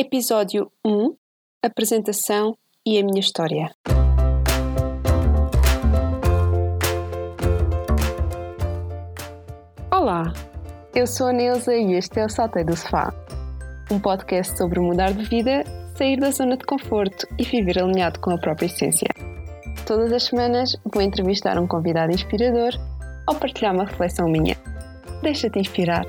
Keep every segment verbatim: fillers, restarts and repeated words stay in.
Episódio um: Apresentação e a minha história. Olá, eu sou a Neuza e este é o Saltei do Sofá, um podcast sobre mudar de vida, sair da zona de conforto e viver alinhado com a própria essência. Todas as semanas vou entrevistar um convidado inspirador ou partilhar uma reflexão minha. Deixa-te inspirar!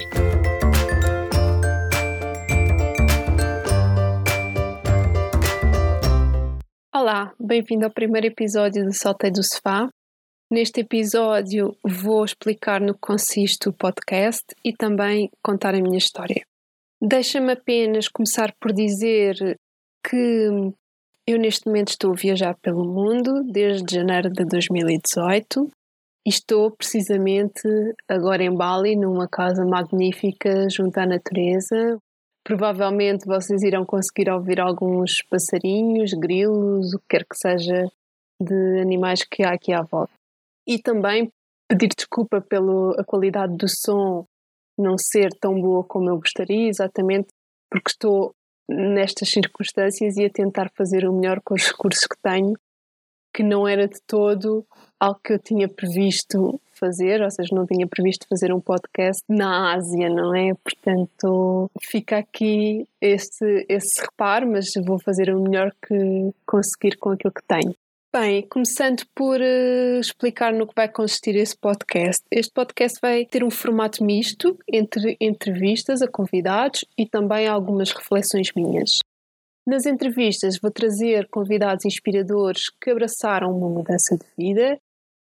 Olá, bem-vindo ao primeiro episódio do Saltei do Sofá. Neste episódio vou explicar no que consiste o podcast e também contar a minha história. Deixa-me apenas começar por dizer que eu neste momento estou a viajar pelo mundo desde janeiro de dois mil e dezoito e estou precisamente agora em Bali, numa casa magnífica junto à natureza. Provavelmente vocês irão conseguir ouvir alguns passarinhos, grilos, o que quer que seja de animais que há aqui à volta. E também pedir desculpa pela qualidade do som não ser tão boa como eu gostaria, exatamente porque estou nestas circunstâncias e a tentar fazer o melhor com os recursos que tenho, que não era de todo algo que eu tinha previsto fazer, ou seja, não tinha previsto fazer um podcast na Ásia, não é? Portanto, fica aqui este, esse reparo, mas vou fazer o melhor que conseguir com aquilo que tenho. Bem, começando por uh, explicar no que vai consistir esse podcast. Este podcast vai ter um formato misto entre entrevistas a convidados e também algumas reflexões minhas. Nas entrevistas vou trazer convidados inspiradores que abraçaram uma mudança de vida,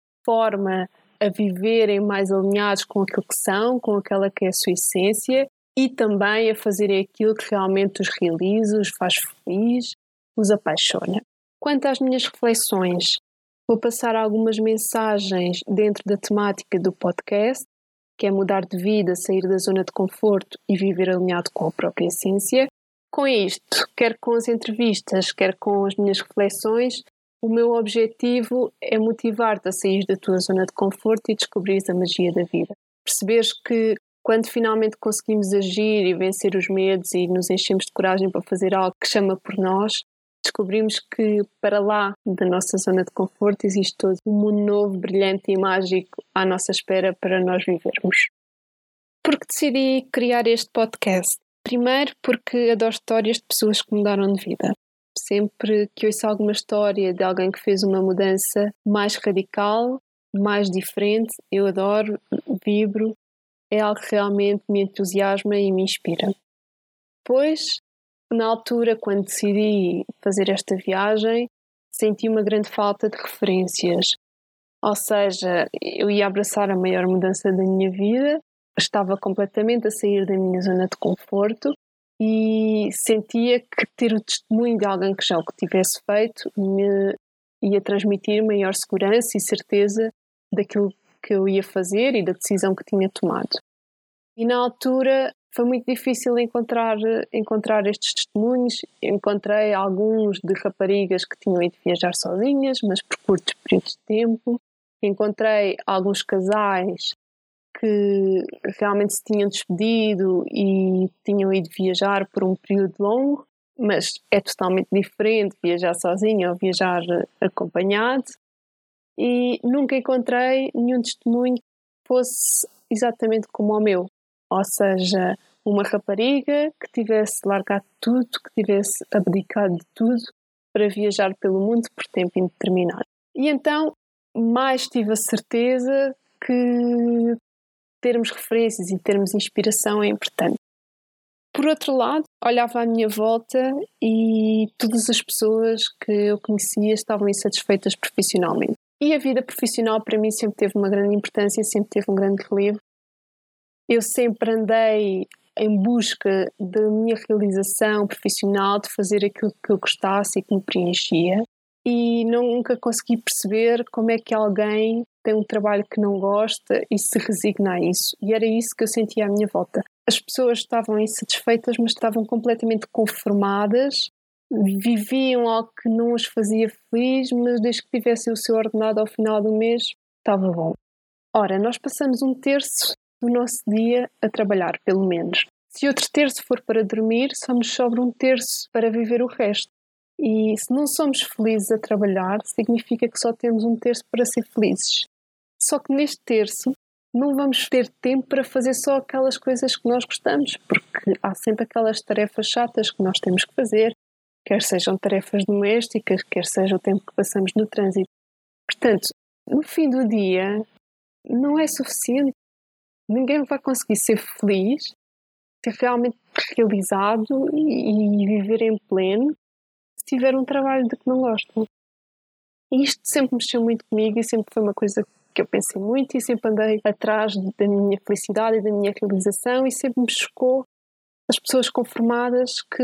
forma a viverem mais alinhados com aquilo que são, com aquela que é a sua essência e também a fazerem aquilo que realmente os realiza, os faz feliz, os apaixona. Quanto às minhas reflexões, vou passar algumas mensagens dentro da temática do podcast, que é mudar de vida, sair da zona de conforto e viver alinhado com a própria essência. Com isto, quer com as entrevistas, quer com as minhas reflexões, o meu objetivo é motivar-te a sair da tua zona de conforto e descobrires a magia da vida. Perceberes que quando finalmente conseguimos agir e vencer os medos e nos enchemos de coragem para fazer algo que chama por nós, descobrimos que para lá da nossa zona de conforto existe todo um mundo novo, brilhante e mágico à nossa espera para nós vivermos. Por que decidi criar este podcast? Primeiro porque adoro histórias de pessoas que mudaram de vida. Sempre que ouço alguma história de alguém que fez uma mudança mais radical, mais diferente, eu adoro, vibro, é algo que realmente me entusiasma e me inspira. Depois, na altura, quando decidi fazer esta viagem, senti uma grande falta de referências. Ou seja, eu ia abraçar a maior mudança da minha vida, estava completamente a sair da minha zona de conforto e sentia que ter o testemunho de alguém que já o tivesse feito me ia transmitir maior segurança e certeza daquilo que eu ia fazer e da decisão que tinha tomado. E na altura foi muito difícil encontrar, encontrar estes testemunhos. Encontrei alguns de raparigas que tinham ido viajar sozinhas, mas por curtos períodos de tempo. Encontrei alguns casais que realmente se tinham despedido e tinham ido viajar por um período longo, mas é totalmente diferente viajar sozinho ou viajar acompanhado. E nunca encontrei nenhum testemunho que fosse exatamente como o meu. Ou seja, uma rapariga que tivesse largado tudo, que tivesse abdicado de tudo para viajar pelo mundo por tempo indeterminado. E então, mais tive a certeza que termos referências e termos inspiração é importante. Por outro lado, olhava à minha volta e todas as pessoas que eu conhecia estavam insatisfeitas profissionalmente. E a vida profissional para mim sempre teve uma grande importância, sempre teve um grande relevo. Eu sempre andei em busca da minha realização profissional, de fazer aquilo que eu gostasse e que me preenchia. E nunca consegui perceber como é que alguém tem um trabalho que não gosta e se resigna a isso. E era isso que eu sentia à minha volta. As pessoas estavam insatisfeitas, mas estavam completamente conformadas, viviam algo que não as fazia feliz, mas desde que tivessem o seu ordenado ao final do mês, estava bom. Ora, nós passamos um terço do nosso dia a trabalhar, pelo menos. Se outro terço for para dormir, só nos sobra um terço para viver o resto. E se não somos felizes a trabalhar, significa que só temos um terço para ser felizes. Só que neste terço não vamos ter tempo para fazer só aquelas coisas que nós gostamos, porque há sempre aquelas tarefas chatas que nós temos que fazer, quer sejam tarefas domésticas, quer seja o tempo que passamos no trânsito. Portanto, no fim do dia, não é suficiente. Ninguém vai conseguir ser feliz, ser realmente realizado e, e viver em pleno se tiver um trabalho de que não gosta. E isto sempre mexeu muito comigo e sempre foi uma coisa que eu pensei muito e sempre andei atrás da minha felicidade e da minha realização e sempre me chocou as pessoas conformadas que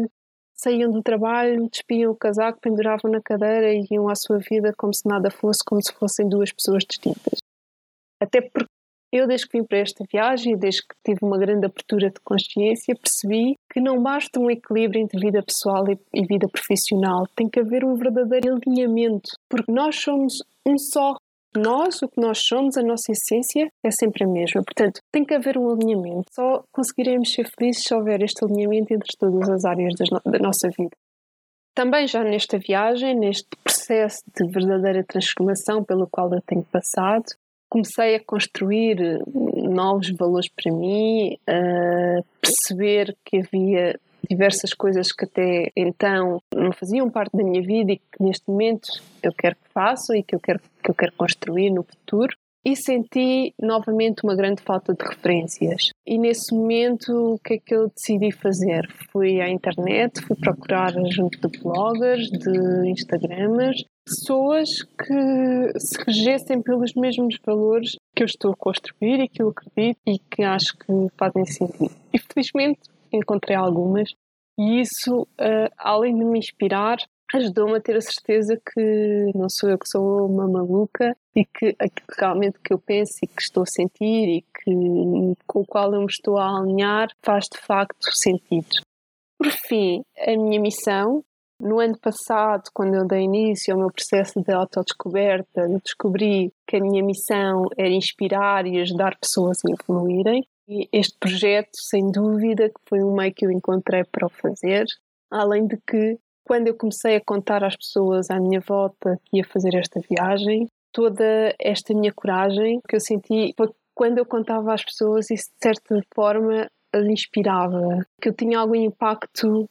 saíam do trabalho, despiam o casaco, penduravam na cadeira e iam à sua vida como se nada fosse, como se fossem duas pessoas distintas. Até porque eu, desde que vim para esta viagem e desde que tive uma grande abertura de consciência, percebi que não basta um equilíbrio entre vida pessoal e vida profissional. Tem que haver um verdadeiro alinhamento, porque nós somos um só. Nós, o que nós somos, a nossa essência é sempre a mesma. Portanto, tem que haver um alinhamento. Só conseguiremos ser felizes se houver este alinhamento entre todas as áreas da nossa vida. Também já nesta viagem, neste processo de verdadeira transformação pelo qual eu tenho passado, comecei a construir novos valores para mim, a perceber que havia diversas coisas que até então não faziam parte da minha vida e que neste momento eu quero que façam e que eu quero, que eu quero construir no futuro. E senti novamente uma grande falta de referências. E nesse momento o que é que eu decidi fazer? Fui à internet, fui procurar junto de bloggers, de instagramers, pessoas que se regessem pelos mesmos valores que eu estou a construir e que eu acredito e que acho que fazem sentido. E felizmente encontrei algumas e isso, uh, além de me inspirar, ajudou-me a ter a certeza que não sou eu que sou uma maluca e que aquilo realmente que eu penso e que estou a sentir e que, com o qual eu me estou a alinhar faz de facto sentido. Por fim, a minha missão, no ano passado, quando eu dei início ao meu processo de autodescoberta, eu descobri que a minha missão era inspirar e ajudar pessoas a evoluírem. E este projeto, sem dúvida, que foi um meio que eu encontrei para o fazer, além de que quando eu comecei a contar às pessoas à minha volta que ia fazer esta viagem, toda esta minha coragem que eu senti foi quando eu contava às pessoas, isso de certa forma as inspirava, que eu tinha algum impacto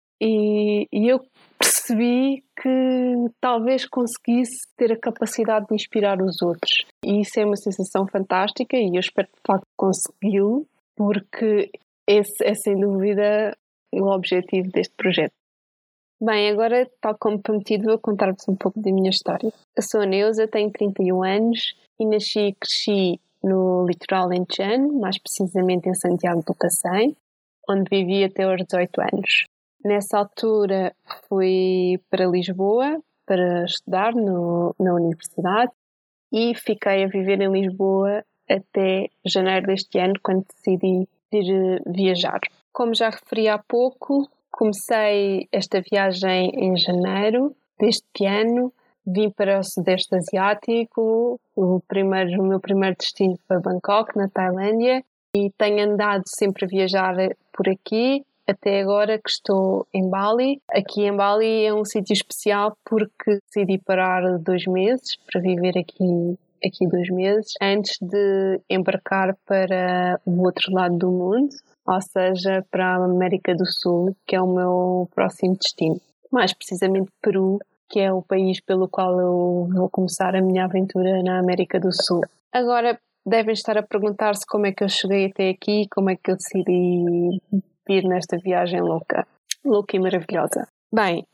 e, e eu percebi que talvez conseguisse ter a capacidade de inspirar os outros. E isso é uma sensação fantástica e eu espero de facto consegui-lo, porque esse é sem dúvida o objetivo deste projeto. Bem, agora, tal como prometido, vou contar-vos um pouco da minha história. Eu sou a Neuza, tenho trinta e um anos e nasci e cresci no litoral alentejano, mais precisamente em Santiago do Cacém, onde vivi até aos dezoito anos. Nessa altura fui para Lisboa para estudar no, na universidade e fiquei a viver em Lisboa até janeiro deste ano, quando decidi ir viajar. Como já referi há pouco, comecei esta viagem em janeiro deste ano, vim para o Sudeste Asiático, o, primeiro, o meu primeiro destino foi Bangkok, na Tailândia, e tenho andado sempre a viajar por aqui, até agora que estou em Bali. Aqui em Bali é um sítio especial porque decidi parar dois meses, para viver aqui, aqui dois meses, antes de embarcar para o outro lado do mundo, ou seja, para a América do Sul, que é o meu próximo destino. Mais precisamente Peru, que é o país pelo qual eu vou começar a minha aventura na América do Sul. Agora, devem estar a perguntar-se como é que eu cheguei até aqui, como é que eu decidi vir nesta viagem louca, louca e maravilhosa. Bem,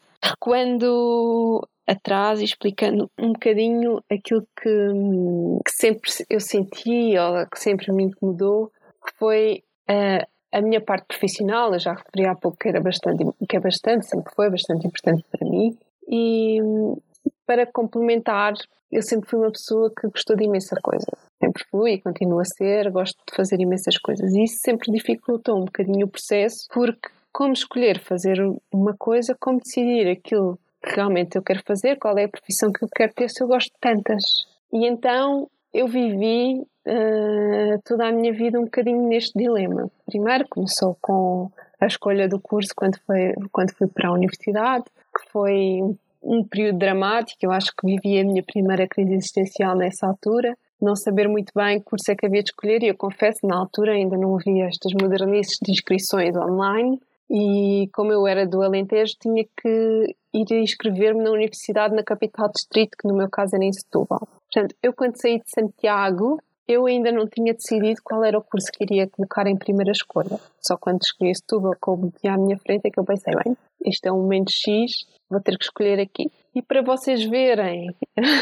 recuando atrás e explicando um bocadinho aquilo que, que sempre eu senti ou que sempre me incomodou, que foi a A minha parte profissional. Eu já referi há pouco que era bastante, que é bastante, sempre foi bastante importante para mim. E para complementar, eu sempre fui uma pessoa que gostou de imensa coisa. Sempre fui e continuo a ser, gosto de fazer imensas coisas. E isso sempre dificultou um bocadinho o processo, porque como escolher fazer uma coisa, como decidir aquilo que realmente eu quero fazer, qual é a profissão que eu quero ter se eu gosto de tantas. E então eu vivi uh, toda a minha vida um bocadinho neste dilema. Primeiro começou com a escolha do curso quando, foi, quando fui para a universidade, que foi um, um período dramático. Eu acho que vivi a minha primeira crise existencial nessa altura, não saber muito bem que curso é que havia de escolher, e eu confesso, na altura ainda não havia estas modernices de inscrições online, e como eu era do Alentejo, tinha que ir inscrever-me na universidade na capital distrito, que no meu caso era em Setúbal. Portanto, eu quando saí de Santiago, eu ainda não tinha decidido qual era o curso que iria colocar em primeira escolha. Só quando escolhi Setúbal, com o boletim à minha frente, é que eu pensei, bem, isto é um momento X, vou ter que escolher aqui. E para vocês verem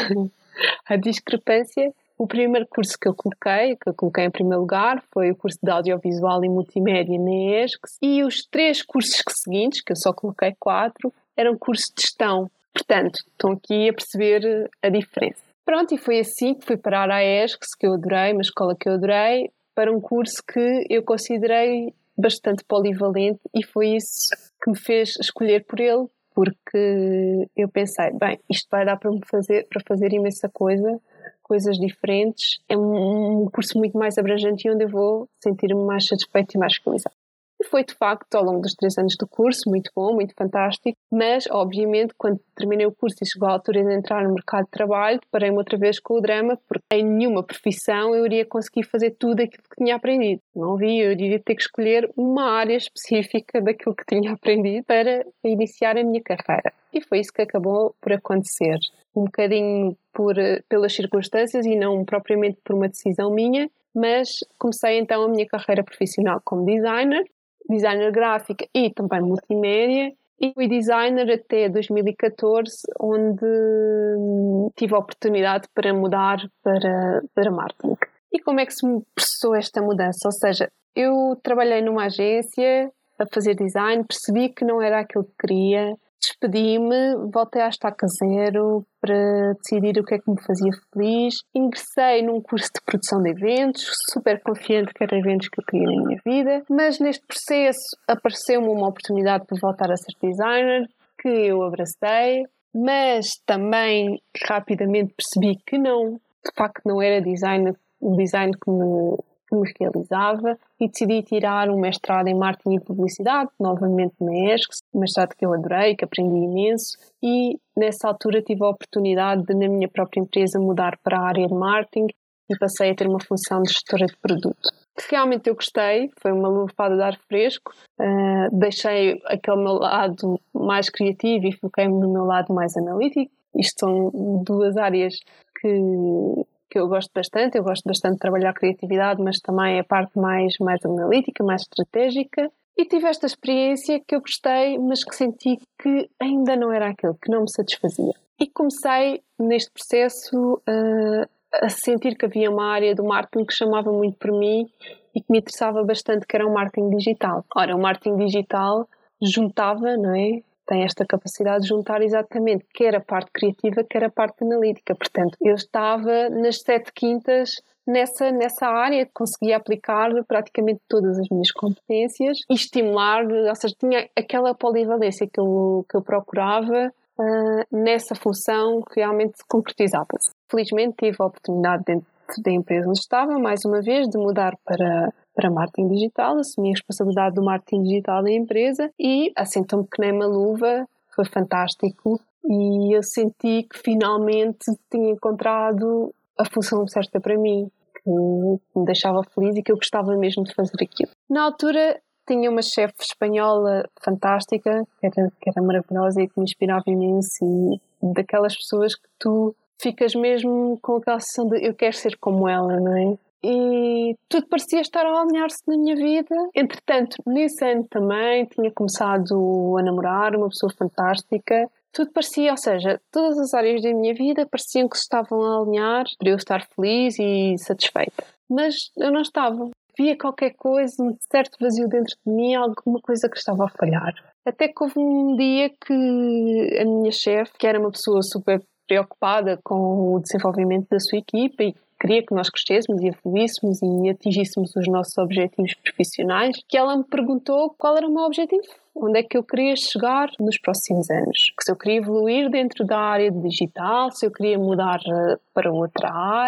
a discrepância, o primeiro curso que eu coloquei, que eu coloquei em primeiro lugar, foi o curso de Audiovisual e Multimédia na E S C S, e os três cursos seguintes, que eu só coloquei quatro, eram cursos de gestão. Portanto, estão aqui a perceber a diferença. Pronto, e foi assim que fui parar à E S C S, que eu adorei, uma escola que eu adorei, para um curso que eu considerei bastante polivalente, e foi isso que me fez escolher por ele, porque eu pensei, bem, isto vai dar para me fazer, para fazer imensa coisa, coisas diferentes, é um, um curso muito mais abrangente e onde eu vou sentir-me mais satisfeito e mais realizado. E foi, de facto, ao longo dos três anos do curso, muito bom, muito fantástico, mas, obviamente, quando terminei o curso e chegou a altura de entrar no mercado de trabalho, deparei-me outra vez com o drama, porque em nenhuma profissão eu iria conseguir fazer tudo aquilo que tinha aprendido. Não havia, eu iria ter que escolher uma área específica daquilo que tinha aprendido para iniciar a minha carreira. E foi isso que acabou por acontecer. Um bocadinho por, pelas circunstâncias e não propriamente por uma decisão minha, mas comecei então a minha carreira profissional como designer, designer gráfica e também multimédia, e fui designer até dois mil e catorze, onde tive a oportunidade para mudar para, para marketing. E como é que se me processou esta mudança? Ou seja, eu trabalhei numa agência a fazer design, percebi que não era aquilo que queria, despedi-me, voltei à estaca zero para decidir o que é que me fazia feliz. Ingressei num curso de produção de eventos, super confiante que eram eventos que eu queria na minha vida, mas neste processo apareceu-me uma oportunidade para voltar a ser designer, que eu abracei, mas também rapidamente percebi que não, de facto não era design, o design que me que me realizava, e decidi tirar um mestrado em marketing e publicidade, novamente na E S C S, um mestrado que eu adorei, que aprendi imenso, e nessa altura tive a oportunidade de, na minha própria empresa, mudar para a área de marketing e passei a ter uma função de gestora de produto. Realmente eu gostei, foi uma lufada de ar fresco, uh, deixei aquele meu lado mais criativo e foquei-me no meu lado mais analítico. Isto são duas áreas que que eu gosto bastante, eu gosto bastante de trabalhar a criatividade, mas também a parte mais, mais analítica, mais estratégica, e tive esta experiência que eu gostei, mas que senti que ainda não era aquilo, que não me satisfazia. E comecei neste processo uh, a sentir que havia uma área do marketing que chamava muito por mim e que me interessava bastante, que era o marketing digital. Ora, o marketing digital juntava, não é? Tem esta capacidade de juntar exatamente quer a parte criativa, quer a parte analítica. Portanto, eu estava nas sete quintas nessa, nessa área, conseguia aplicar praticamente todas as minhas competências e estimular, ou seja, tinha aquela polivalência que eu, que eu procurava uh, nessa função que realmente concretizava-se. Felizmente tive a oportunidade dentro da empresa onde estava, mais uma vez, de mudar para para marketing digital, assumi a responsabilidade do marketing digital da empresa e assentou-me que nem uma luva, foi fantástico e eu senti que finalmente tinha encontrado a função certa para mim, que me deixava feliz e que eu gostava mesmo de fazer aquilo. Na altura tinha uma chefe espanhola fantástica, que era, que era maravilhosa e que me inspirava imenso, e daquelas pessoas que tu ficas mesmo com aquela sensação de eu quero ser como ela, não é? E tudo parecia estar a alinhar-se na minha vida. Entretanto, nesse ano também tinha começado a namorar uma pessoa fantástica. Tudo parecia, ou seja, todas as áreas da minha vida pareciam que se estavam a alinhar para eu estar feliz e satisfeita. Mas eu não estava. Via qualquer coisa, um certo vazio dentro de mim, alguma coisa que estava a falhar. Até que houve um dia que a minha chefe, que era uma pessoa super preocupada com o desenvolvimento da sua equipa e queria que nós crescêssemos e evoluíssemos e atingíssemos os nossos objetivos profissionais, que ela me perguntou qual era o meu objetivo, onde é que eu queria chegar nos próximos anos, que se eu queria evoluir dentro da área digital, se eu queria mudar para outra área,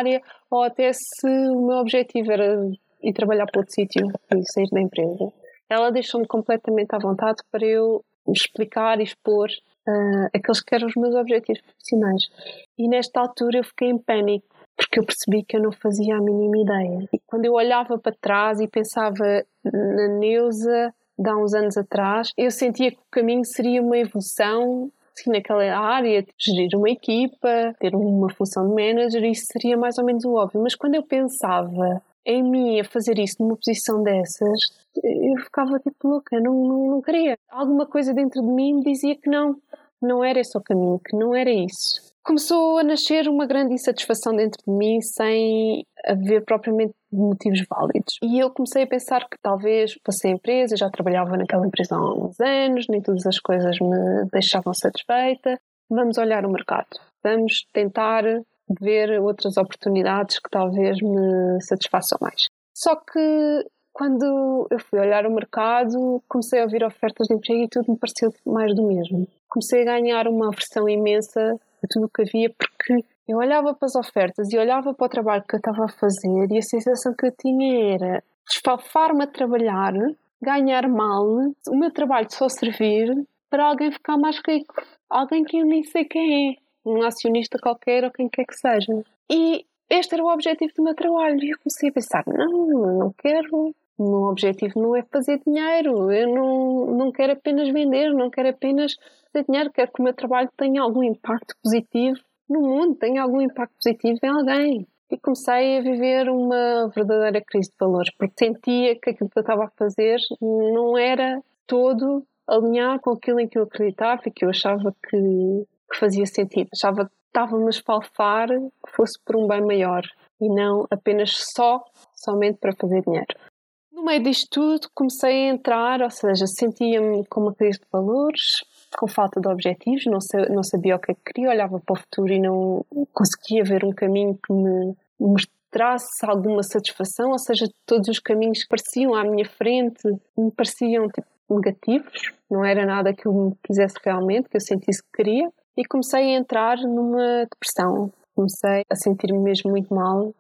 ou até se o meu objetivo era ir trabalhar para outro sítio e sair da empresa. Ela deixou-me completamente à vontade para eu explicar e expor uh, aqueles que eram os meus objetivos profissionais. E nesta altura eu fiquei em pânico, porque eu percebi que eu não fazia a mínima ideia. E quando eu olhava para trás e pensava na Neusa de há uns anos atrás, eu sentia que o caminho seria uma evolução assim, naquela área, de gerir uma equipa, ter uma função de manager, isso seria mais ou menos o óbvio. Mas quando eu pensava em mim a fazer isso numa posição dessas, eu ficava tipo louca, eu não, não, não queria. Alguma coisa dentro de mim me dizia que não, não era esse o caminho, que não era isso. Começou a nascer uma grande insatisfação dentro de mim sem haver propriamente motivos válidos. E eu comecei a pensar que talvez fosse a empresa, eu já trabalhava naquela empresa há uns anos, nem todas as coisas me deixavam satisfeita. Vamos olhar o mercado, vamos tentar ver outras oportunidades que talvez me satisfaçam mais. Só que quando eu fui olhar o mercado, comecei a ouvir ofertas de emprego e tudo me pareceu mais do mesmo. Comecei a ganhar uma aversão imensa de tudo o que havia, porque eu olhava para as ofertas e olhava para o trabalho que eu estava a fazer e a sensação que eu tinha era esfalfar-me a trabalhar, ganhar mal, o meu trabalho só servir para alguém ficar mais rico. Alguém que eu nem sei quem é. Um acionista qualquer ou quem quer que seja. E este era o objetivo do meu trabalho. E eu comecei a pensar, não, não quero. O meu objetivo não é fazer dinheiro. Eu não, não quero apenas vender, não quero apenas fazer dinheiro. Quero que o meu trabalho tenha algum impacto positivo no mundo, tenha algum impacto positivo em alguém. E comecei a viver uma verdadeira crise de valores, porque sentia que aquilo que eu estava a fazer não era todo alinhado com aquilo em que eu acreditava e que eu achava que, que fazia sentido. Achava que estava-me a esfalfar que fosse por um bem maior e não apenas só, somente para fazer dinheiro. No meio disto tudo, comecei a entrar, ou seja, sentia-me com uma crise de valores, com falta de objetivos, não, sei, não sabia o que é que queria, olhava para o futuro e não conseguia ver um caminho que me mostrasse alguma satisfação, ou seja, todos os caminhos que pareciam à minha frente me pareciam tipo, negativos, não era nada que eu me quisesse realmente, que eu sentisse que queria, e comecei a entrar numa depressão, comecei a sentir-me mesmo muito mal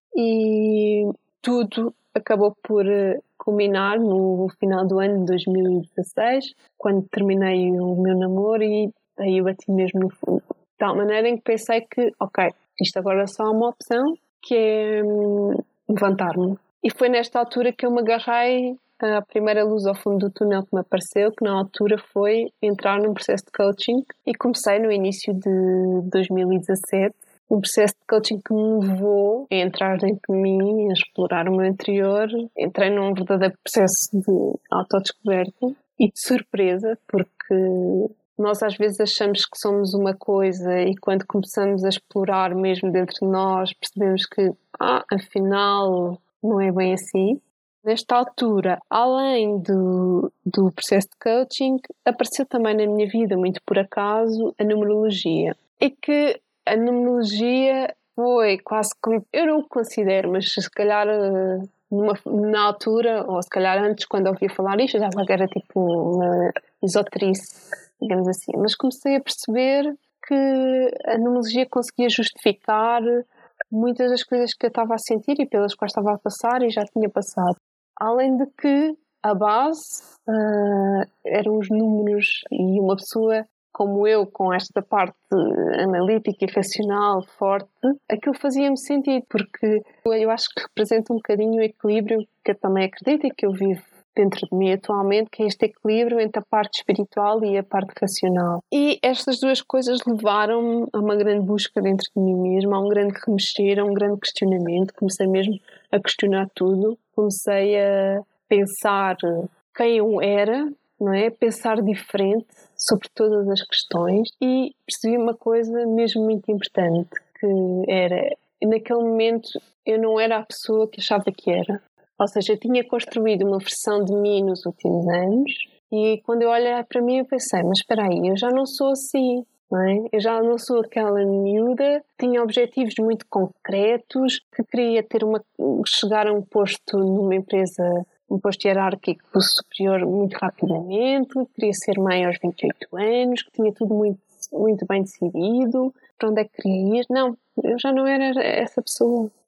e tudo acabou por culminar no final do ano de dois mil e dezasseis, quando terminei o meu namoro e aí eu bati mesmo no fundo. De tal maneira em que pensei que, ok, isto agora só há uma opção, que é hum, levantar-me. E foi nesta altura que eu me agarrei à primeira luz ao fundo do túnel que me apareceu, que na altura foi entrar num processo de coaching e comecei no início de dois mil e dezassete um processo de coaching que me levou a entrar dentro de mim, a explorar o meu interior. Entrei num verdadeiro processo de autodescoberta e de surpresa, porque nós às vezes achamos que somos uma coisa e quando começamos a explorar mesmo dentro de nós, percebemos que, ah, afinal, não é bem assim. Nesta altura, além do, do processo de coaching, apareceu também na minha vida, muito por acaso, a numerologia. E que a numerologia foi quase como, eu não o considero, mas se calhar numa, na altura, ou se calhar antes, quando eu ouvia falar isto, eu já que era tipo uma esoterice, digamos assim. Mas comecei a perceber que a numerologia conseguia justificar muitas das coisas que eu estava a sentir e pelas quais estava a passar e já tinha passado. Além de que a base uh, eram os números e uma pessoa como eu, com esta parte analítica e racional forte, aquilo fazia-me sentido, porque eu acho que representa um bocadinho o equilíbrio que eu também acredito e que eu vivo dentro de mim atualmente, que é este equilíbrio entre a parte espiritual e a parte racional. E estas duas coisas levaram-me a uma grande busca dentro de mim mesma, a um grande remexer, a um grande questionamento. Comecei mesmo a questionar tudo, comecei a pensar quem eu era, não é? Pensar diferente sobre todas as questões e percebi uma coisa mesmo muito importante, que era, naquele momento eu não era a pessoa que achava que era. Ou seja, eu tinha construído uma versão de mim nos últimos anos e quando eu olhei para mim eu pensei, mas espera aí, eu já não sou assim, não é? Eu já não sou aquela miúda que tinha objetivos muito concretos, que queria ter uma, chegar a um posto numa empresa, um posto hierárquico superior muito rapidamente, que queria ser mãe aos vinte e oito anos, que tinha tudo muito, muito bem decidido, para onde é que queria ir. Não, eu já não era essa pessoa.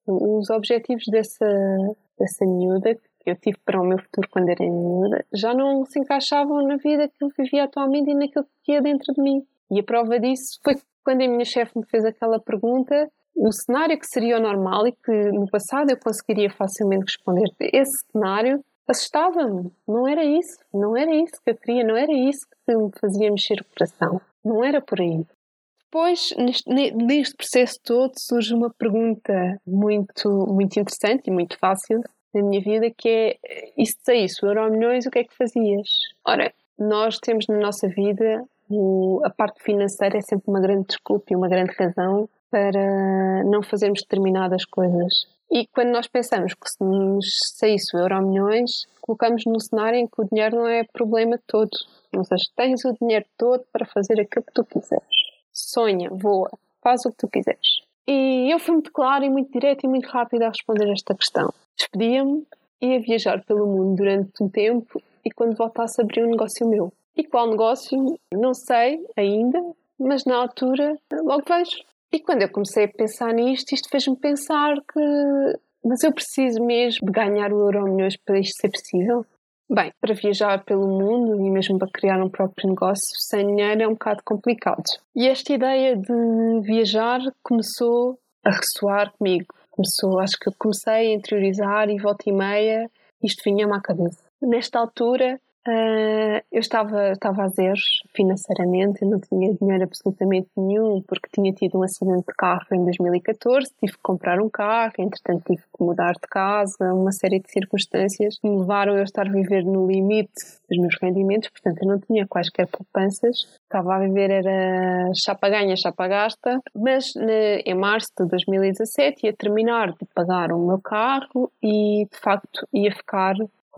Os objetivos dessa, dessa miúda que eu tive para o meu futuro quando era miúda já não se encaixavam na vida que eu vivia atualmente e naquilo que ia dentro de mim. E a prova disso foi quando a minha chefe me fez aquela pergunta, o cenário que seria o normal e que no passado eu conseguiria facilmente responder. Esse cenário assustava-me. Não era isso. Não era isso que eu queria. Não era isso que me fazia mexer o coração. Não era por aí. Depois, neste, neste processo todo, surge uma pergunta muito, muito interessante e muito fácil na minha vida, que é, e se saísse o Euromilhões, o que é que fazias? Ora, nós temos na nossa vida, o, a parte financeira é sempre uma grande desculpa e uma grande razão para não fazermos determinadas coisas. E quando nós pensamos que se nos saísse o Euromilhões, colocamos num cenário em que o dinheiro não é problema todo. Ou seja, tens o dinheiro todo para fazer aquilo que tu quiseres. Sonha, voa, faz o que tu quiseres. E eu fui muito clara e muito direta e muito rápida a responder esta questão. Despedia-me, ia viajar pelo mundo durante um tempo e quando voltasse abrir um negócio meu. E qual negócio? Não sei ainda, mas na altura logo vejo. E quando eu comecei a pensar nisto, isto fez-me pensar que... Mas eu preciso mesmo de ganhar o Euromilhões para isto ser possível? Bem, para viajar pelo mundo e mesmo para criar um próprio negócio sem dinheiro é um bocado complicado. E esta ideia de viajar começou a ressoar comigo. Começou, acho que eu comecei a interiorizar e volta e meia isto vinha-me à cabeça. Nesta altura uh, eu estava, estava a zeros financeiramente, eu não tinha dinheiro absolutamente nenhum porque tinha tido um acidente de carro em dois mil e catorze, tive que comprar um carro, entretanto tive que mudar de casa, uma série de circunstâncias que me levaram a eu estar a viver no limite dos meus rendimentos, portanto eu não tinha quaisquer poupanças, estava a viver era chapa ganha, chapa gasta, mas ne, em março de dois mil e dezassete ia terminar de pagar o meu carro e de facto ia ficar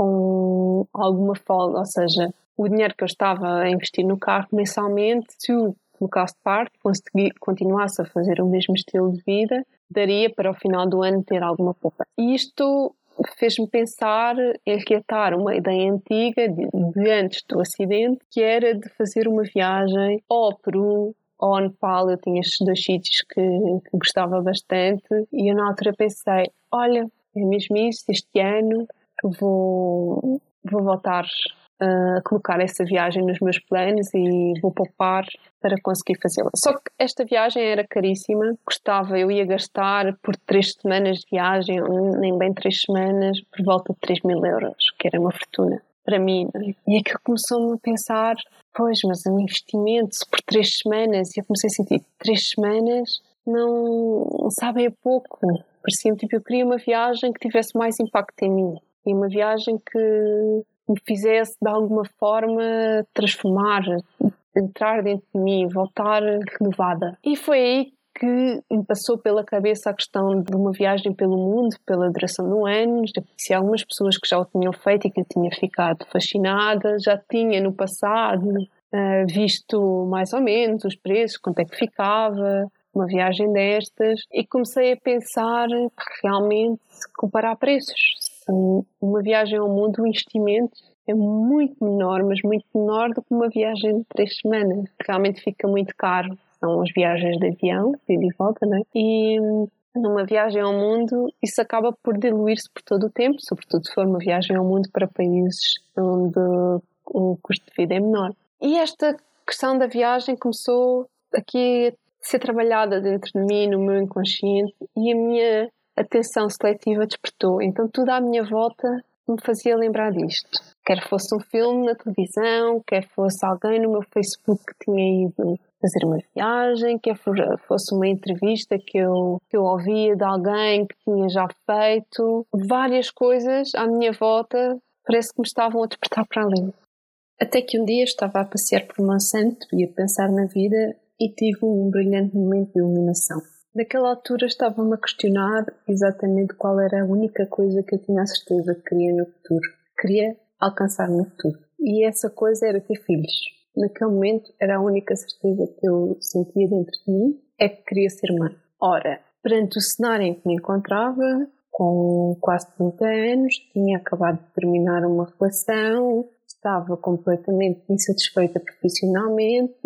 com alguma folga, ou seja, o dinheiro que eu estava a investir no carro mensalmente, se o colocasse de parte, consegui, continuasse a fazer o mesmo estilo de vida, daria para o final do ano ter alguma poupança. E isto fez-me pensar em resgatar uma ideia antiga de, de antes do acidente, que era de fazer uma viagem ao Peru ou ao Nepal. Eu tinha estes dois sítios que, que gostava bastante e eu na altura pensei, olha, é mesmo isso, este ano vou, vou voltar a colocar essa viagem nos meus planos e vou poupar para conseguir fazê-la. Só que esta viagem era caríssima, custava, eu ia gastar por três semanas de viagem, nem bem três semanas, por volta de três mil euros, que era uma fortuna para mim, não é? E aquilo começou-me a pensar, pois, mas um investimento por três semanas, e eu comecei a sentir, três semanas não, não sabem a pouco, parecia-me tipo, eu queria uma viagem que tivesse mais impacto em mim, e uma viagem que me fizesse de alguma forma transformar, entrar dentro de mim, voltar renovada. E foi aí que me passou pela cabeça a questão de uma viagem pelo mundo, pela duração de um ano. Já conheci algumas pessoas que já o tinham feito e que eu tinha ficado fascinada. Já tinha no passado uh, visto mais ou menos os preços, quanto é que ficava uma viagem destas, e comecei a pensar que realmente comparar preços. Uma viagem ao mundo, o investimento é muito menor, mas muito menor do que uma viagem de três semanas. Realmente fica muito caro. São as viagens de avião, de ida e volta, não é? E numa viagem ao mundo, isso acaba por diluir-se por todo o tempo, sobretudo se for uma viagem ao mundo para países onde o custo de vida é menor. E esta questão da viagem começou aqui a ser trabalhada dentro de mim, no meu inconsciente, e a minha atenção seletiva despertou. Então tudo à minha volta me fazia lembrar disto. Quer fosse um filme na televisão, quer fosse alguém no meu Facebook que tinha ido fazer uma viagem, quer fosse uma entrevista que eu, que eu ouvia de alguém que tinha já feito. Várias coisas à minha volta parece que me estavam a despertar para ali. Até que um dia estava a passear por Monsanto e a pensar na vida e tive um brilhante momento de iluminação. Naquela altura estava-me a questionar exatamente qual era a única coisa que eu tinha a certeza que queria no futuro. Queria alcançar no futuro. E essa coisa era ter filhos. Naquele momento era a única certeza que eu sentia dentro de mim, é que queria ser mãe. Ora, perante o cenário em que me encontrava, com quase trinta anos, tinha acabado de terminar uma relação, estava completamente insatisfeita profissionalmente,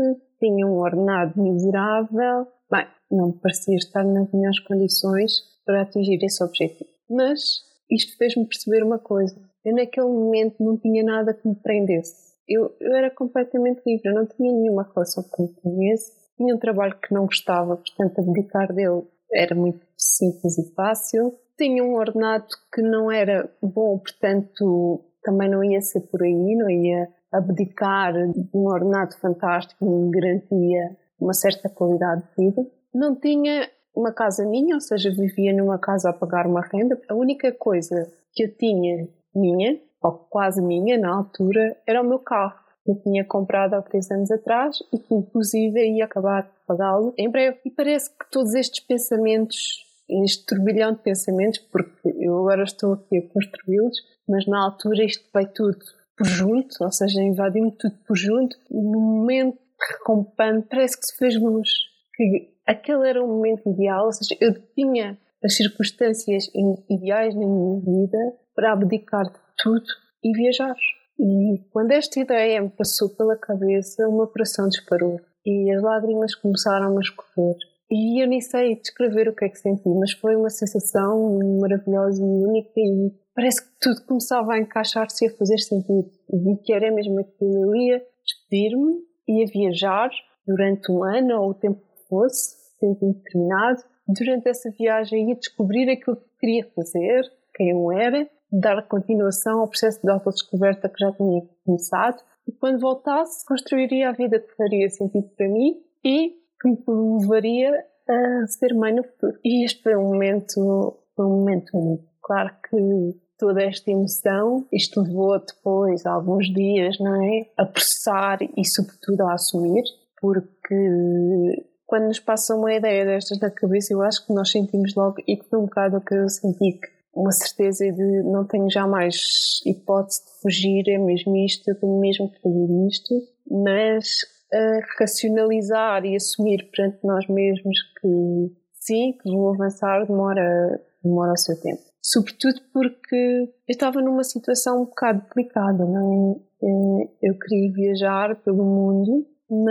tinha um ordenado miserável. Bem, não me parecia estar nas melhores condições para atingir esse objetivo. Mas isto fez-me perceber uma coisa. Eu naquele momento não tinha nada que me prendesse. Eu, eu era completamente livre, eu não tinha nenhuma relação com o conheço. Tinha um trabalho que não gostava, portanto abdicar dele era muito simples e fácil. Tinha um ordenado que não era bom, portanto também não ia ser por aí, não ia abdicar de um ordenado fantástico que me garantia uma certa qualidade de vida. Não tinha uma casa minha, ou seja, vivia numa casa a pagar uma renda. A única coisa que eu tinha minha, ou quase minha na altura, era o meu carro. Eu tinha comprado há três anos atrás e que inclusive ia acabar de pagá-lo em breve. E parece que todos estes pensamentos, este turbilhão de pensamentos, porque eu agora estou aqui a construí-los, mas na altura isto veio tudo por junto, ou seja, invadiu-me tudo por junto. No momento recompante, parece que se fez luz. Que aquele era o momento ideal, ou seja, eu tinha as circunstâncias ideais na minha vida para abdicar de tudo e viajar. E quando esta ideia me passou pela cabeça, o meu coração disparou e as lágrimas começaram a escorrer. E eu nem sei descrever o que é que senti, mas foi uma sensação maravilhosa e única e parece que tudo começava a encaixar-se e a fazer sentido. E vi que era mesmo aquilo. Eu ia despedir-me, ia viajar durante um ano ou o tempo que fosse, tempo indeterminado. Durante essa viagem ia descobrir aquilo que queria fazer, quem eu era, dar continuação ao processo de autodescoberta que já tinha começado e quando voltasse construiria a vida que faria sentido para mim e que me levaria a ser mãe no futuro. E este foi um momento, foi um momento único. Claro que toda esta emoção, isto levou depois alguns dias, não é, a processar e sobretudo a assumir, porque quando nos passa uma ideia destas na cabeça, eu acho que nós sentimos logo, e que foi um bocado o que eu senti, uma certeza de não tenho jamais hipótese de fugir, é mesmo isto, eu tenho mesmo que fazer isto, mas a racionalizar e assumir perante nós mesmos que sim, que vou avançar, demora, demora o seu tempo. Sobretudo porque eu estava numa situação um bocado delicada, não é? Eu queria viajar pelo mundo,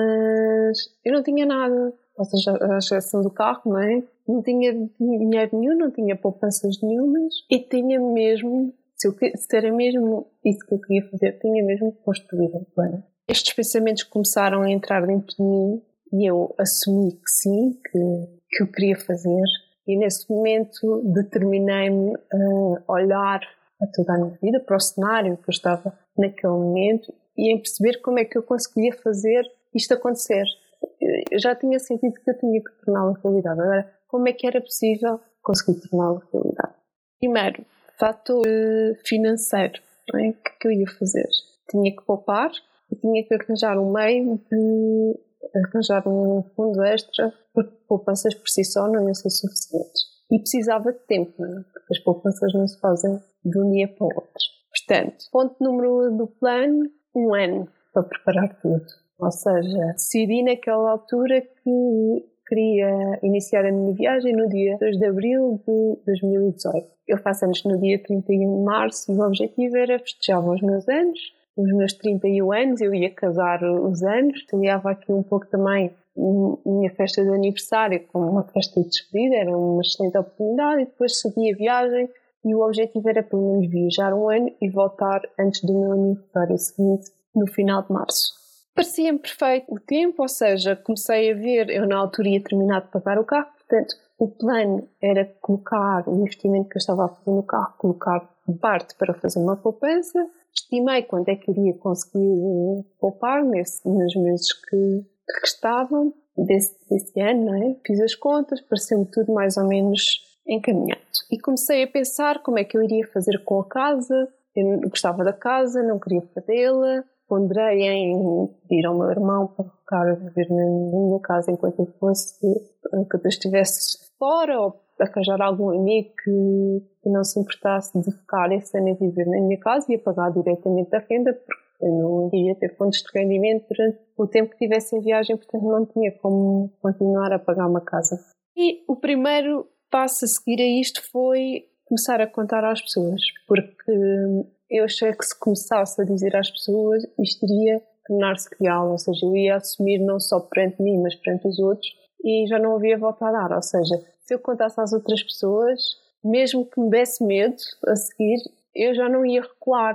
mas eu não tinha nada. Ou seja, a exceção do carro, não é? Não tinha dinheiro nenhum, não tinha poupanças nenhumas e tinha mesmo, se, eu, se era mesmo isso que eu queria fazer, tinha mesmo que construir um plano. Estes pensamentos começaram a entrar dentro de mim e eu assumi que sim, que, que eu queria fazer e nesse momento determinei-me a olhar a toda a minha vida, para o cenário que eu estava naquele momento e em perceber como é que eu conseguia fazer isto acontecer. Eu já tinha sentido que eu tinha que torná-lo realidade. Agora, como é que era possível conseguir torná-lo realidade? Primeiro, fator financeiro. Não é? O que é que eu ia fazer? Tinha que poupar e tinha que arranjar um meio de arranjar um fundo extra, porque poupanças por si só não iam ser suficientes. E precisava de tempo, não é? Porque as poupanças não se fazem de um dia para o outro. Portanto, ponto número um do plano, um ano para preparar tudo. Ou seja, decidi naquela altura que queria iniciar a minha viagem no dia dois de abril de dois mil e dezoito. Eu faço anos no dia trinta e um de março e o objetivo era festejar os meus anos, os meus trinta e um anos, eu ia casar os anos, aliava aqui um pouco também a minha festa de aniversário como uma festa de despedida, era uma excelente oportunidade e depois segui a viagem e o objetivo era pelo menos viajar um ano e voltar antes do meu aniversário seguinte, no final de março. Parecia-me perfeito o tempo, ou seja, comecei a ver, eu na altura ia terminar de pagar o carro, portanto o plano era colocar o investimento que eu estava a fazer no carro, colocar parte para fazer uma poupança, estimei quanto é que iria conseguir poupar nesse, nos meses que restavam desse, desse ano, não é? Fiz as contas, pareceu-me tudo mais ou menos encaminhado. E comecei a pensar como é que eu iria fazer com a casa, eu gostava da casa, não queria fazê-la, ponderei em pedir ao meu irmão para ficar a viver na minha casa enquanto eu fosse, enquanto eu estivesse fora, ou arranjar algum amigo que, que não se importasse de ficar esse ano a viver na minha casa e a pagar diretamente a renda, porque eu não iria ter fontes de rendimento durante o tempo que estivesse em viagem, portanto não tinha como continuar a pagar uma casa. E o primeiro passo a seguir a isto foi começar a contar às pessoas, porque eu achei que se começasse a dizer às pessoas, isto iria tornar-se real, ou seja, eu ia assumir não só perante mim, mas perante os outros, e já não havia volta a dar, ou seja, se eu contasse às outras pessoas, mesmo que me desse medo a seguir, eu já não ia recuar,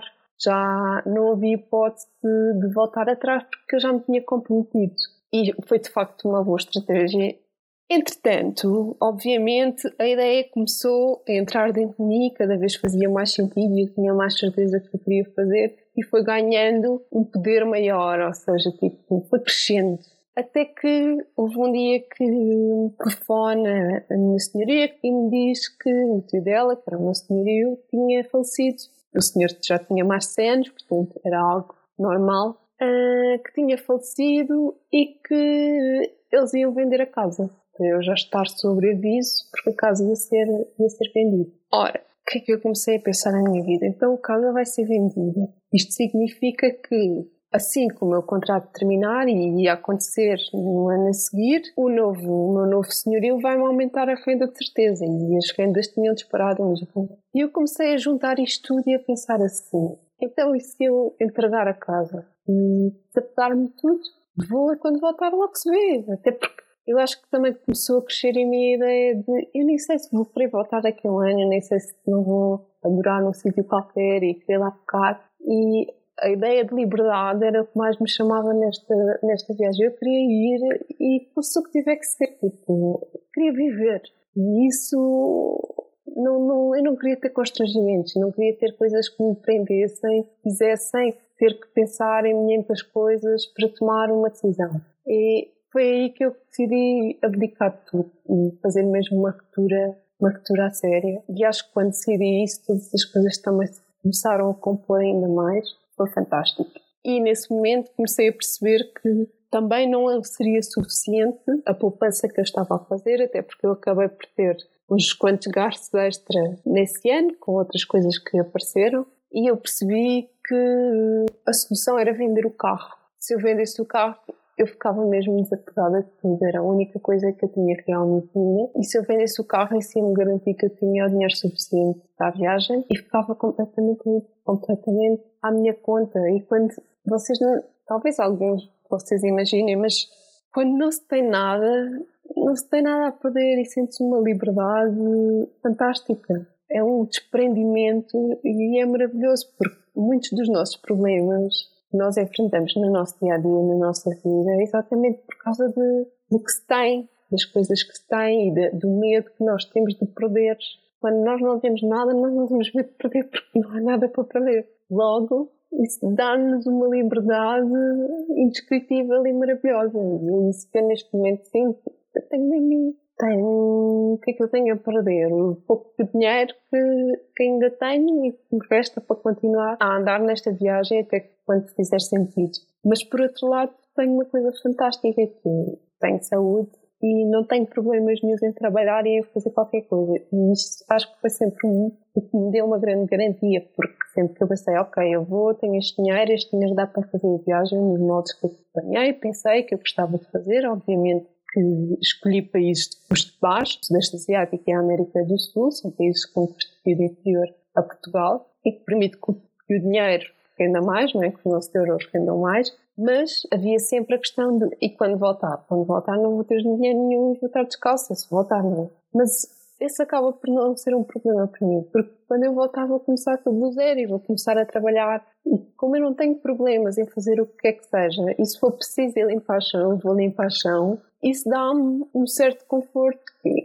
já não havia hipótese de, de voltar atrás, porque eu já me tinha comprometido. E foi de facto uma boa estratégia. Entretanto, obviamente, a ideia começou a entrar dentro de mim, cada vez fazia mais sentido e eu tinha mais certeza que eu queria fazer, e foi ganhando um poder maior, ou seja, tipo, foi crescendo. Até que houve um dia que me telefona a minha senhoria e me diz que o tio dela, que era o meu senhorio, tinha falecido. O senhor já tinha mais de cem anos, portanto era algo normal, uh, que tinha falecido e que eles iam vender a casa. Para eu já estar sobre aviso, porque a casa ia ser, ia ser vendida. Ora, o que é que eu comecei a pensar na minha vida? Então a casa vai ser vendida. Isto significa que, assim como o meu contrato terminar e ia acontecer no ano a seguir, o, novo, o meu novo senhorio vai-me aumentar a renda de certeza. E as rendas tinham disparado em Lisboa. E eu comecei a juntar isto tudo e a pensar assim, então e se eu entregar a casa e adaptar-me tudo? Vou quando voltar logo se vê. Até porque eu acho que também começou a crescer em mim a ideia de eu nem sei se vou querer voltar daqui a um ano, eu nem sei se não vou adorar num sítio qualquer e querer lá ficar. E a ideia de liberdade era o que mais me chamava nesta, nesta viagem. Eu queria ir e fosse o que tiver que ser. Tipo, queria viver. E isso, não, não, eu não queria ter constrangimentos, não queria ter coisas que me prendessem, fizessem ter que pensar em muitas coisas para tomar uma decisão. E foi aí que eu decidi abdicar de tudo e fazer mesmo uma ruptura, uma ruptura a séria. E acho que quando decidi isso, todas as coisas também começaram a compor ainda mais. Foi fantástico. E nesse momento comecei a perceber que também não seria suficiente a poupança que eu estava a fazer, até porque eu acabei por ter uns quantos gastos extra nesse ano, com outras coisas que apareceram, e eu percebi que a solução era vender o carro. Se eu vendesse o carro, eu ficava mesmo desapegada de tudo, era a única coisa que eu tinha realmente tinha. E se eu vendesse o carro, em si me garantia que eu tinha o dinheiro suficiente para a viagem e ficava completamente, completamente à minha conta. E quando vocês, não, talvez alguns de vocês imaginem, mas quando não se tem nada, não se tem nada a perder e sente-se uma liberdade fantástica. É um desprendimento e é maravilhoso, porque muitos dos nossos problemas que nós enfrentamos no nosso dia-a-dia, na nossa vida, é exatamente por causa de, do que se tem, das coisas que se tem e de, do medo que nós temos de perder. Quando nós não temos nada, nós não temos medo de perder porque não há nada para perder. Logo, isso dá-nos uma liberdade indescritível e maravilhosa. E é isso que eu neste momento sinto. Eu tenho em mim. Tenho, o que é que eu tenho a perder? O pouco de dinheiro que, que ainda tenho e que me resta para continuar a andar nesta viagem até quando fizer sentido. Mas por outro lado, tenho uma coisa fantástica que tenho saúde e não tenho problemas nenhum em trabalhar e em fazer qualquer coisa. E isto acho que foi sempre um que me deu uma grande garantia, porque sempre que eu pensei, ok, eu vou, tenho este dinheiro, este dinheiro dá para fazer a viagem nos modos que eu planeei, pensei que eu gostava de fazer, obviamente que escolhi países de custo baixo, o Sudeste Asiático e a América do Sul, são países com custo de vida inferior a Portugal e que permite que o dinheiro renda mais, não é? Que os nossos euros rendam mais, mas havia sempre a questão de, e quando voltar? Quando voltar não vou ter dinheiro nenhum e vou estar descalça, se voltar não. Mas esse acaba por não ser um problema para mim, porque quando eu voltar vou começar tudo do zero e vou começar a trabalhar. E como eu não tenho problemas em fazer o que quer que seja, e se for preciso ir limpar chão, eu vou limpar chão, isso dá-me um certo conforto.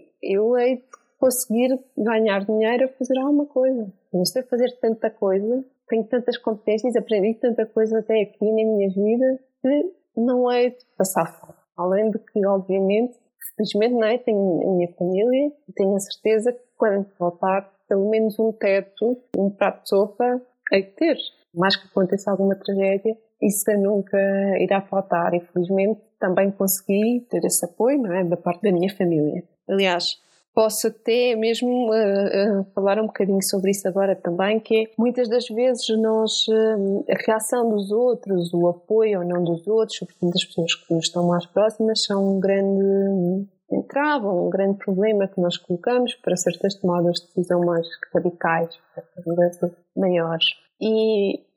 Eu hei de conseguir ganhar dinheiro a fazer alguma coisa. Não sei fazer tanta coisa, tenho tantas competências, aprendi tanta coisa até aqui na minha vida, que não hei de passar fome. Além de que, obviamente, felizmente não é, tenho a minha família e tenho a certeza que quando voltar, pelo menos um teto, um prato de sopa, hei de ter. Mais que aconteça alguma tragédia, isso nunca irá faltar. Infelizmente, também consegui ter esse apoio, não é, da parte da minha família. Aliás, posso até mesmo uh, uh, falar um bocadinho sobre isso agora também, que é, muitas das vezes nós, uh, a reação dos outros, o apoio ou não dos outros, sobretudo das pessoas que nos estão mais próximas, são um grande entrave, um grande problema que nós colocamos para certas tomadas de decisão mais radicais, para mudanças maiores. E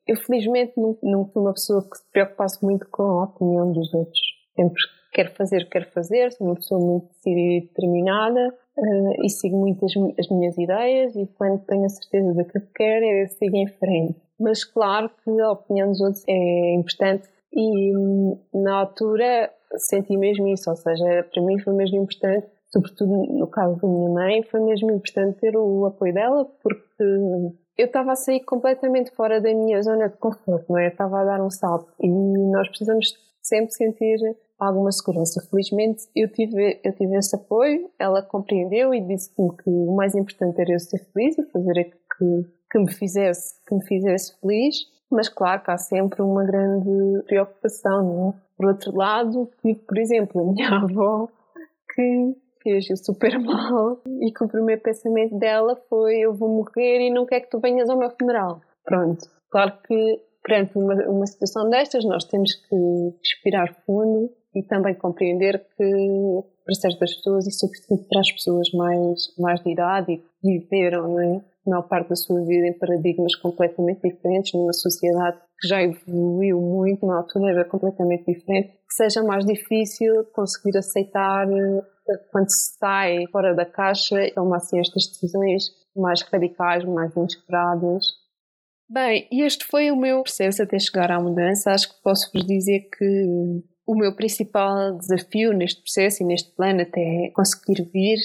Eu felizmente não, não fui uma pessoa que se preocupasse muito com a opinião dos outros. Sempre quero fazer, quero fazer, sou uma pessoa muito decidida e determinada uh, e sigo muito as, as minhas ideias e quando tenho a certeza daquilo que quero, eu sigo em frente. Mas claro que a opinião dos outros é importante e hum, na altura senti mesmo isso, ou seja, para mim foi mesmo importante, sobretudo no caso da minha mãe, foi mesmo importante ter o apoio dela porque eu estava a sair completamente fora da minha zona de conforto, não é? Eu estava a dar um salto e nós precisamos sempre sentir alguma segurança. Felizmente eu tive, eu tive esse apoio, ela compreendeu e disse-me que o mais importante era eu ser feliz e fazer aquilo que, que, me fizesse, que me fizesse feliz, mas claro que há sempre uma grande preocupação, não é? Por outro lado, tive, por exemplo, a minha avó que fez super mal e que o primeiro pensamento dela foi eu vou morrer e não quero que tu venhas ao meu funeral. Pronto. Claro que perante uma, uma situação destas nós temos que respirar fundo e também compreender que para certas pessoas e sobretudo para as pessoas mais, mais de idade e que viveram, não é, a maior parte da sua vida em paradigmas completamente diferentes numa sociedade que já evoluiu muito, na altura era completamente diferente, que seja mais difícil conseguir aceitar quando se sai fora da caixa e toma assim estas decisões mais radicais, mais inesperadas. Bem, este foi o meu processo até chegar à mudança. Acho que posso-vos dizer que o meu principal desafio neste processo e neste plano até conseguir vir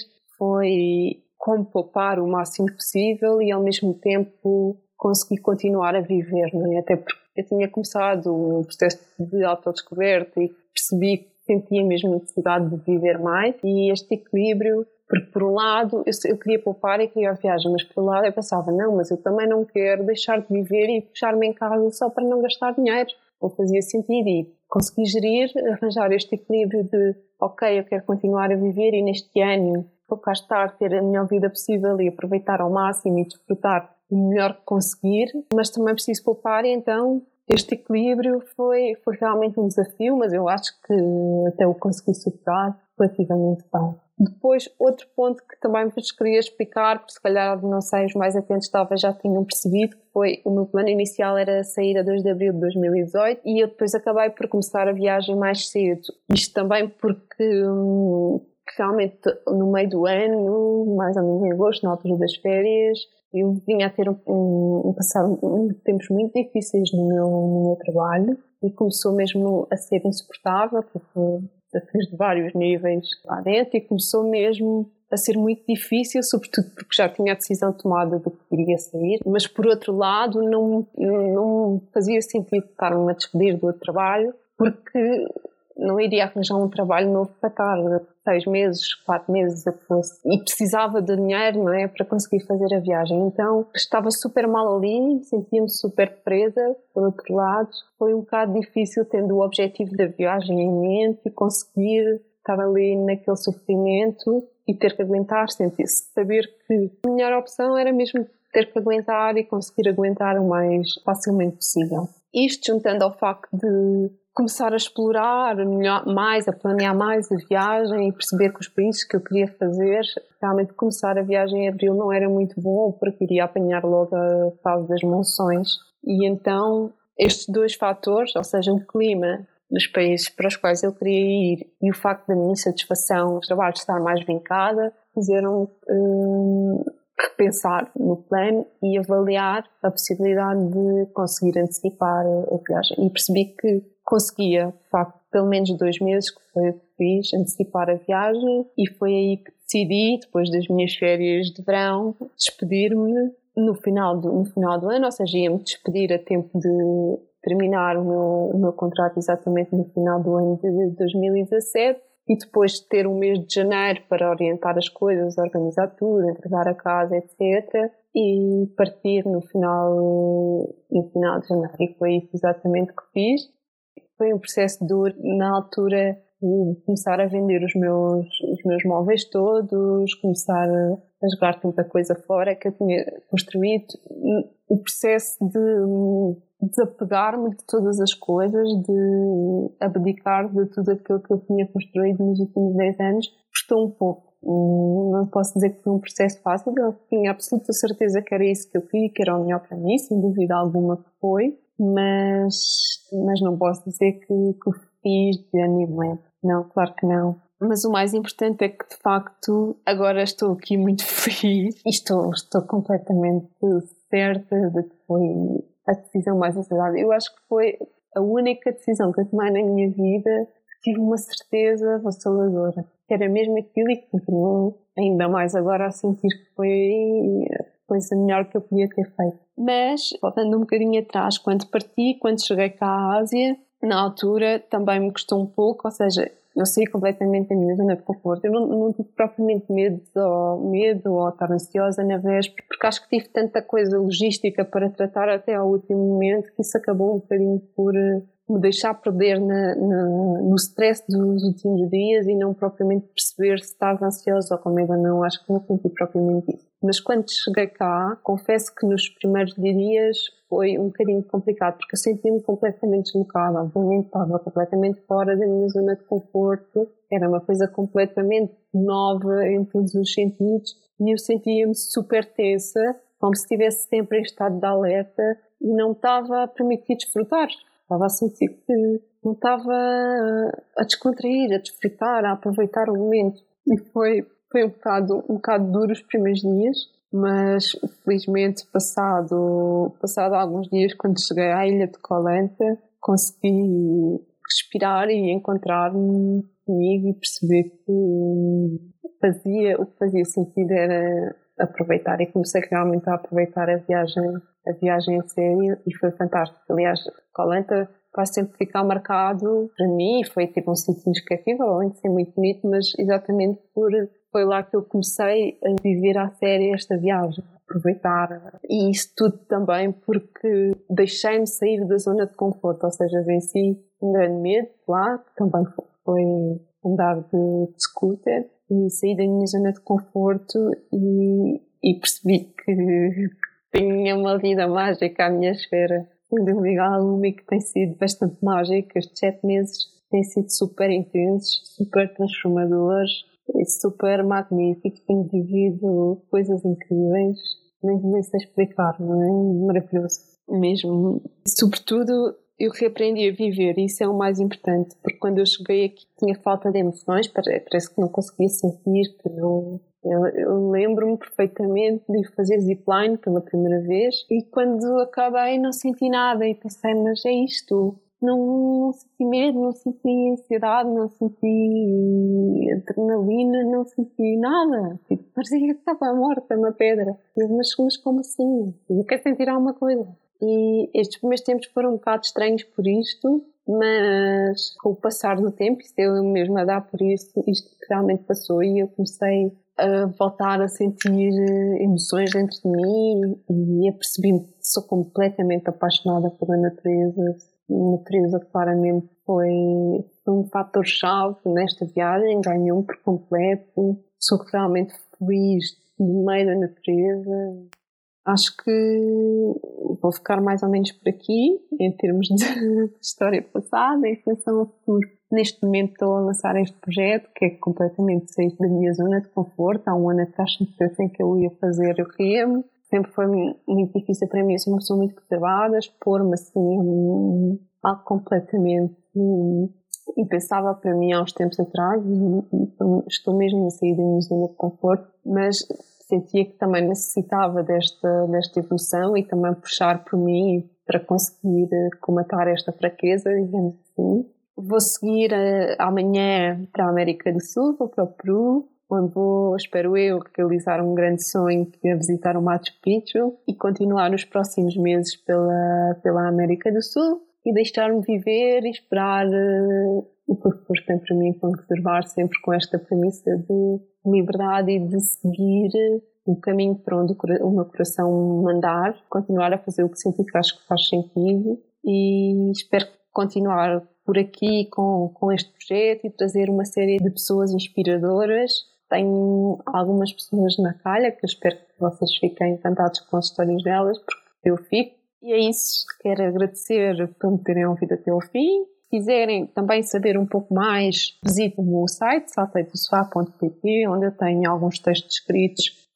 foi como poupar o máximo possível e ao mesmo tempo conseguir continuar a viver, não é? Até porque eu tinha começado um processo de autodescoberta e percebi que sentia mesmo necessidade de viver mais e este equilíbrio, porque por um lado eu, eu queria poupar e queria a viagem, mas por outro lado eu pensava, não, mas eu também não quero deixar de viver e fechar-me em casa só para não gastar dinheiro. Não fazia sentido e consegui gerir, arranjar este equilíbrio de ok, eu quero continuar a viver e neste ano vou cá estar, ter a melhor vida possível e aproveitar ao máximo e desfrutar o melhor que conseguir, mas também preciso poupar e então este equilíbrio foi, foi realmente um desafio, mas eu acho que até o consegui superar relativamente bem. Depois, outro ponto que também vos queria explicar, porque se calhar não sei, os mais atentos talvez já tenham percebido, que foi o meu plano inicial era sair a dois de abril de dois mil e dezoito e eu depois acabei por começar a viagem mais cedo. Isto também porque hum, realmente no meio do ano, mais ou menos em agosto, na altura das férias, eu vinha a ter um, um, um passar um, tempos muito difíceis no meu, no meu trabalho e começou mesmo a ser insuportável, porque desafios de vários níveis lá dentro e começou mesmo a ser muito difícil, sobretudo porque já tinha a decisão tomada do que queria sair, mas por outro lado não, não fazia sentido estar-me a despedir do outro trabalho porque não iria arranjar um trabalho novo para estar seis meses, quatro meses a que fosse. E precisava de dinheiro, não é, para conseguir fazer a viagem. Então estava super mal ali, sentia-me super presa. Por outro lado, foi um bocado difícil tendo o objetivo da viagem em mente e conseguir estar ali naquele sofrimento e ter que aguentar, sentir-se, saber que a melhor opção era mesmo ter que aguentar e conseguir aguentar o mais facilmente possível. Isto juntando ao facto de começar a explorar melhor, mais, a planear mais a viagem e perceber que os países que eu queria fazer, realmente começar a viagem em abril não era muito bom porque iria apanhar logo a fase das monções e então estes dois fatores, ou seja, o clima dos países para os quais eu queria ir e o facto da minha insatisfação, o trabalho de estar mais vincada, fizeram hum, repensar no plano e avaliar a possibilidade de conseguir antecipar a viagem e percebi que conseguia, de facto, pelo menos dois meses, que foi o que fiz, antecipar a viagem e foi aí que decidi, depois das minhas férias de verão, despedir-me no final do, no final do ano, ou seja, ia-me despedir a tempo de terminar o meu, o meu contrato exatamente no final do ano de dois mil e dezassete e depois de ter um mês de janeiro para orientar as coisas, organizar tudo, entregar a casa, etcétera e partir no final, no final de janeiro e foi isso exatamente que fiz. Foi um processo duro, na altura, de começar a vender os meus, os meus móveis todos, começar a jogar tanta coisa fora que eu tinha construído. O processo de desapegar-me de todas as coisas, de abdicar de tudo aquilo que eu tinha construído nos últimos dez anos, custou um pouco. Não posso dizer que foi um processo fácil, eu tinha absoluta certeza que era isso que eu queria, que era o melhor para mim, sem dúvida alguma que foi. mas, mas não posso dizer que, que o fiz de ano e lento. Não, claro que não. Mas o mais importante é que, de facto, agora estou aqui muito feliz e estou, estou completamente certa de que foi a decisão mais acertada. Eu acho que foi a única decisão que eu tomei na minha vida que tive uma certeza avassaladora. Que era mesmo aquilo e que continuo ainda mais agora a sentir que foi a coisa melhor que eu podia ter feito. Mas, voltando um bocadinho atrás, quando parti, quando cheguei cá à Ásia, na altura também me custou um pouco, ou seja, eu saí completamente da minha zona de conforto. Eu não, não tive propriamente medo ou, medo ou estar ansiosa na véspera, porque acho que tive tanta coisa logística para tratar até ao último momento que isso acabou um bocadinho por me deixar perder na, na, no stress dos últimos dias e não propriamente perceber se estava ansiosa ou com medo ou não. Acho que não senti propriamente isso. Mas quando cheguei cá, confesso que nos primeiros dias foi um bocadinho complicado, porque eu senti-me completamente deslocada. Obviamente estava completamente fora da minha zona de conforto, era uma coisa completamente nova em todos os sentidos e eu sentia-me super tensa, como se estivesse sempre em estado de alerta e não estava a permitir desfrutar. Estava a sentir que não estava a descontrair, a desfrutar, a aproveitar o momento. E foi, foi um bocado, um bocado duro os primeiros dias, mas felizmente passado, passado alguns dias, quando cheguei à ilha de Koh Lanta, consegui respirar e encontrar-me comigo e perceber que fazia, o que fazia sentido era aproveitar, e comecei realmente a aproveitar a viagem, a viagem a sério, e foi fantástico. Aliás, Koh Lanta vai sempre ficar marcado para mim, foi tipo um sítio inesquecível, além de ser muito bonito, mas exatamente por, foi lá que eu comecei a viver a sério esta viagem, aproveitar. E isso tudo também porque deixei-me sair da zona de conforto, ou seja, venci um grande medo lá, que também foi andar de, de scooter, e saí da minha zona de conforto e, e percebi que tinha uma vida mágica à minha espera. Sem dúvida alguma, e que tem sido bastante mágico. Estes sete meses têm sido super intensos, super transformadores e super magníficos. Tenho vivido coisas incríveis, nem, nem sei explicar, não é? Maravilhoso. Mesmo. Sobretudo, eu reaprendi a viver, e isso é o mais importante, porque quando eu cheguei aqui tinha falta de emoções, parece que não conseguia sentir, que não... Eu, eu lembro-me perfeitamente de fazer zipline pela primeira vez e quando acabei não senti nada e pensei, mas é isto, não, não senti medo, não senti ansiedade, não senti adrenalina, não senti nada, tipo, parecia que estava morta uma pedra. Mas, mas como assim? Eu quero sentir alguma coisa. E estes primeiros tempos foram um bocado estranhos por isto, mas com o passar do tempo, isso eu mesmo a dar por isso, isto realmente passou e eu comecei a voltar a sentir emoções dentro de mim e a perceber que sou completamente apaixonada pela natureza. A natureza claramente foi um fator-chave nesta viagem, ganhou-me por completo, sou realmente feliz no meio da natureza. Acho que vou ficar mais ou menos por aqui em termos de história passada em relação ao futuro. Neste momento estou a lançar este projeto que é completamente sair da minha zona de conforto. Há um ano atrás sempre pensei que eu ia fazer o remo. Sempre foi muito difícil para mim, eu sou uma pessoa muito reservada, expor-me assim algo completamente impensável para mim há uns tempos atrás, e estou mesmo a sair da minha zona de conforto, mas sentia que também necessitava desta, desta evolução e também puxar por mim para conseguir comatar esta fraqueza, digamos assim. Vou seguir uh, amanhã para a América do Sul, vou para o Peru, onde vou, espero eu, realizar um grande sonho, que é visitar o Machu Picchu e continuar nos próximos meses pela, pela América do Sul e deixar-me viver e esperar uh, o que for tem para mim, com reservar sempre com esta premissa de liberdade e de seguir o caminho para onde o meu coração mandar, continuar a fazer o que senti que acho que faz sentido e espero continuar por aqui com, com este projeto e trazer uma série de pessoas inspiradoras. Tenho algumas pessoas na calha que eu espero que vocês fiquem encantados com as histórias delas, porque eu fico. E é isso, quero agradecer por me terem ouvido até ao fim. Se quiserem também saber um pouco mais, visitem o meu site, saltei do sofá ponto pt, onde eu tenho alguns textos escritos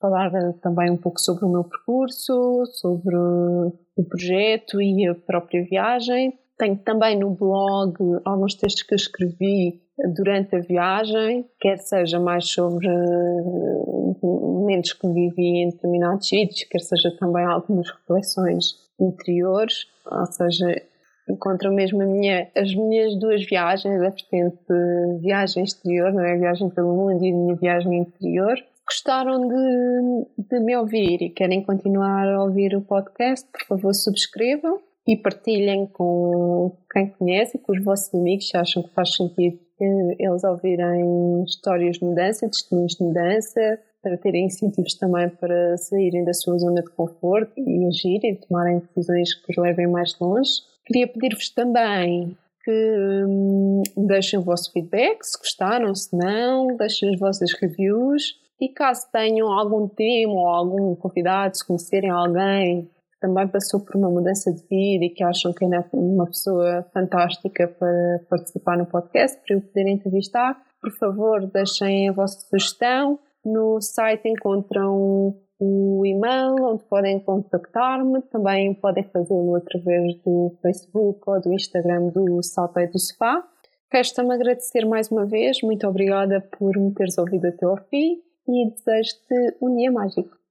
falar também um pouco sobre o meu percurso, sobre o projeto e a própria viagem. Tenho também no blog alguns textos que eu escrevi durante a viagem, quer seja mais sobre momentos que vivi em determinados sítios, quer seja também algumas reflexões interiores, ou seja, encontro mesmo a minha, as minhas duas viagens, a vertente viagem exterior, não é? A viagem pelo mundo e a minha viagem interior. Gostaram de, de me ouvir e querem continuar a ouvir o podcast, por favor subscrevam e partilhem com quem conhece e com os vossos amigos, se acham que faz sentido eles ouvirem histórias de mudança, testemunhos de mudança, para terem incentivos também para saírem da sua zona de conforto e agirem e tomarem decisões que os levem mais longe. Queria pedir-vos também que hum, deixem o vosso feedback, se gostaram, se não, deixem as vossas reviews e caso tenham algum tema ou algum convidado, se conhecerem alguém também passou por uma mudança de vida e que acham que é uma pessoa fantástica para participar no podcast, para eu poder entrevistar, por favor, deixem a vossa sugestão. No site encontram o e-mail onde podem contactar-me. Também podem fazê-lo através do Facebook ou do Instagram do Saltei do Sofá. Resta-me agradecer mais uma vez. Muito obrigada por me teres ouvido até ao fim e desejo-te um dia mágico.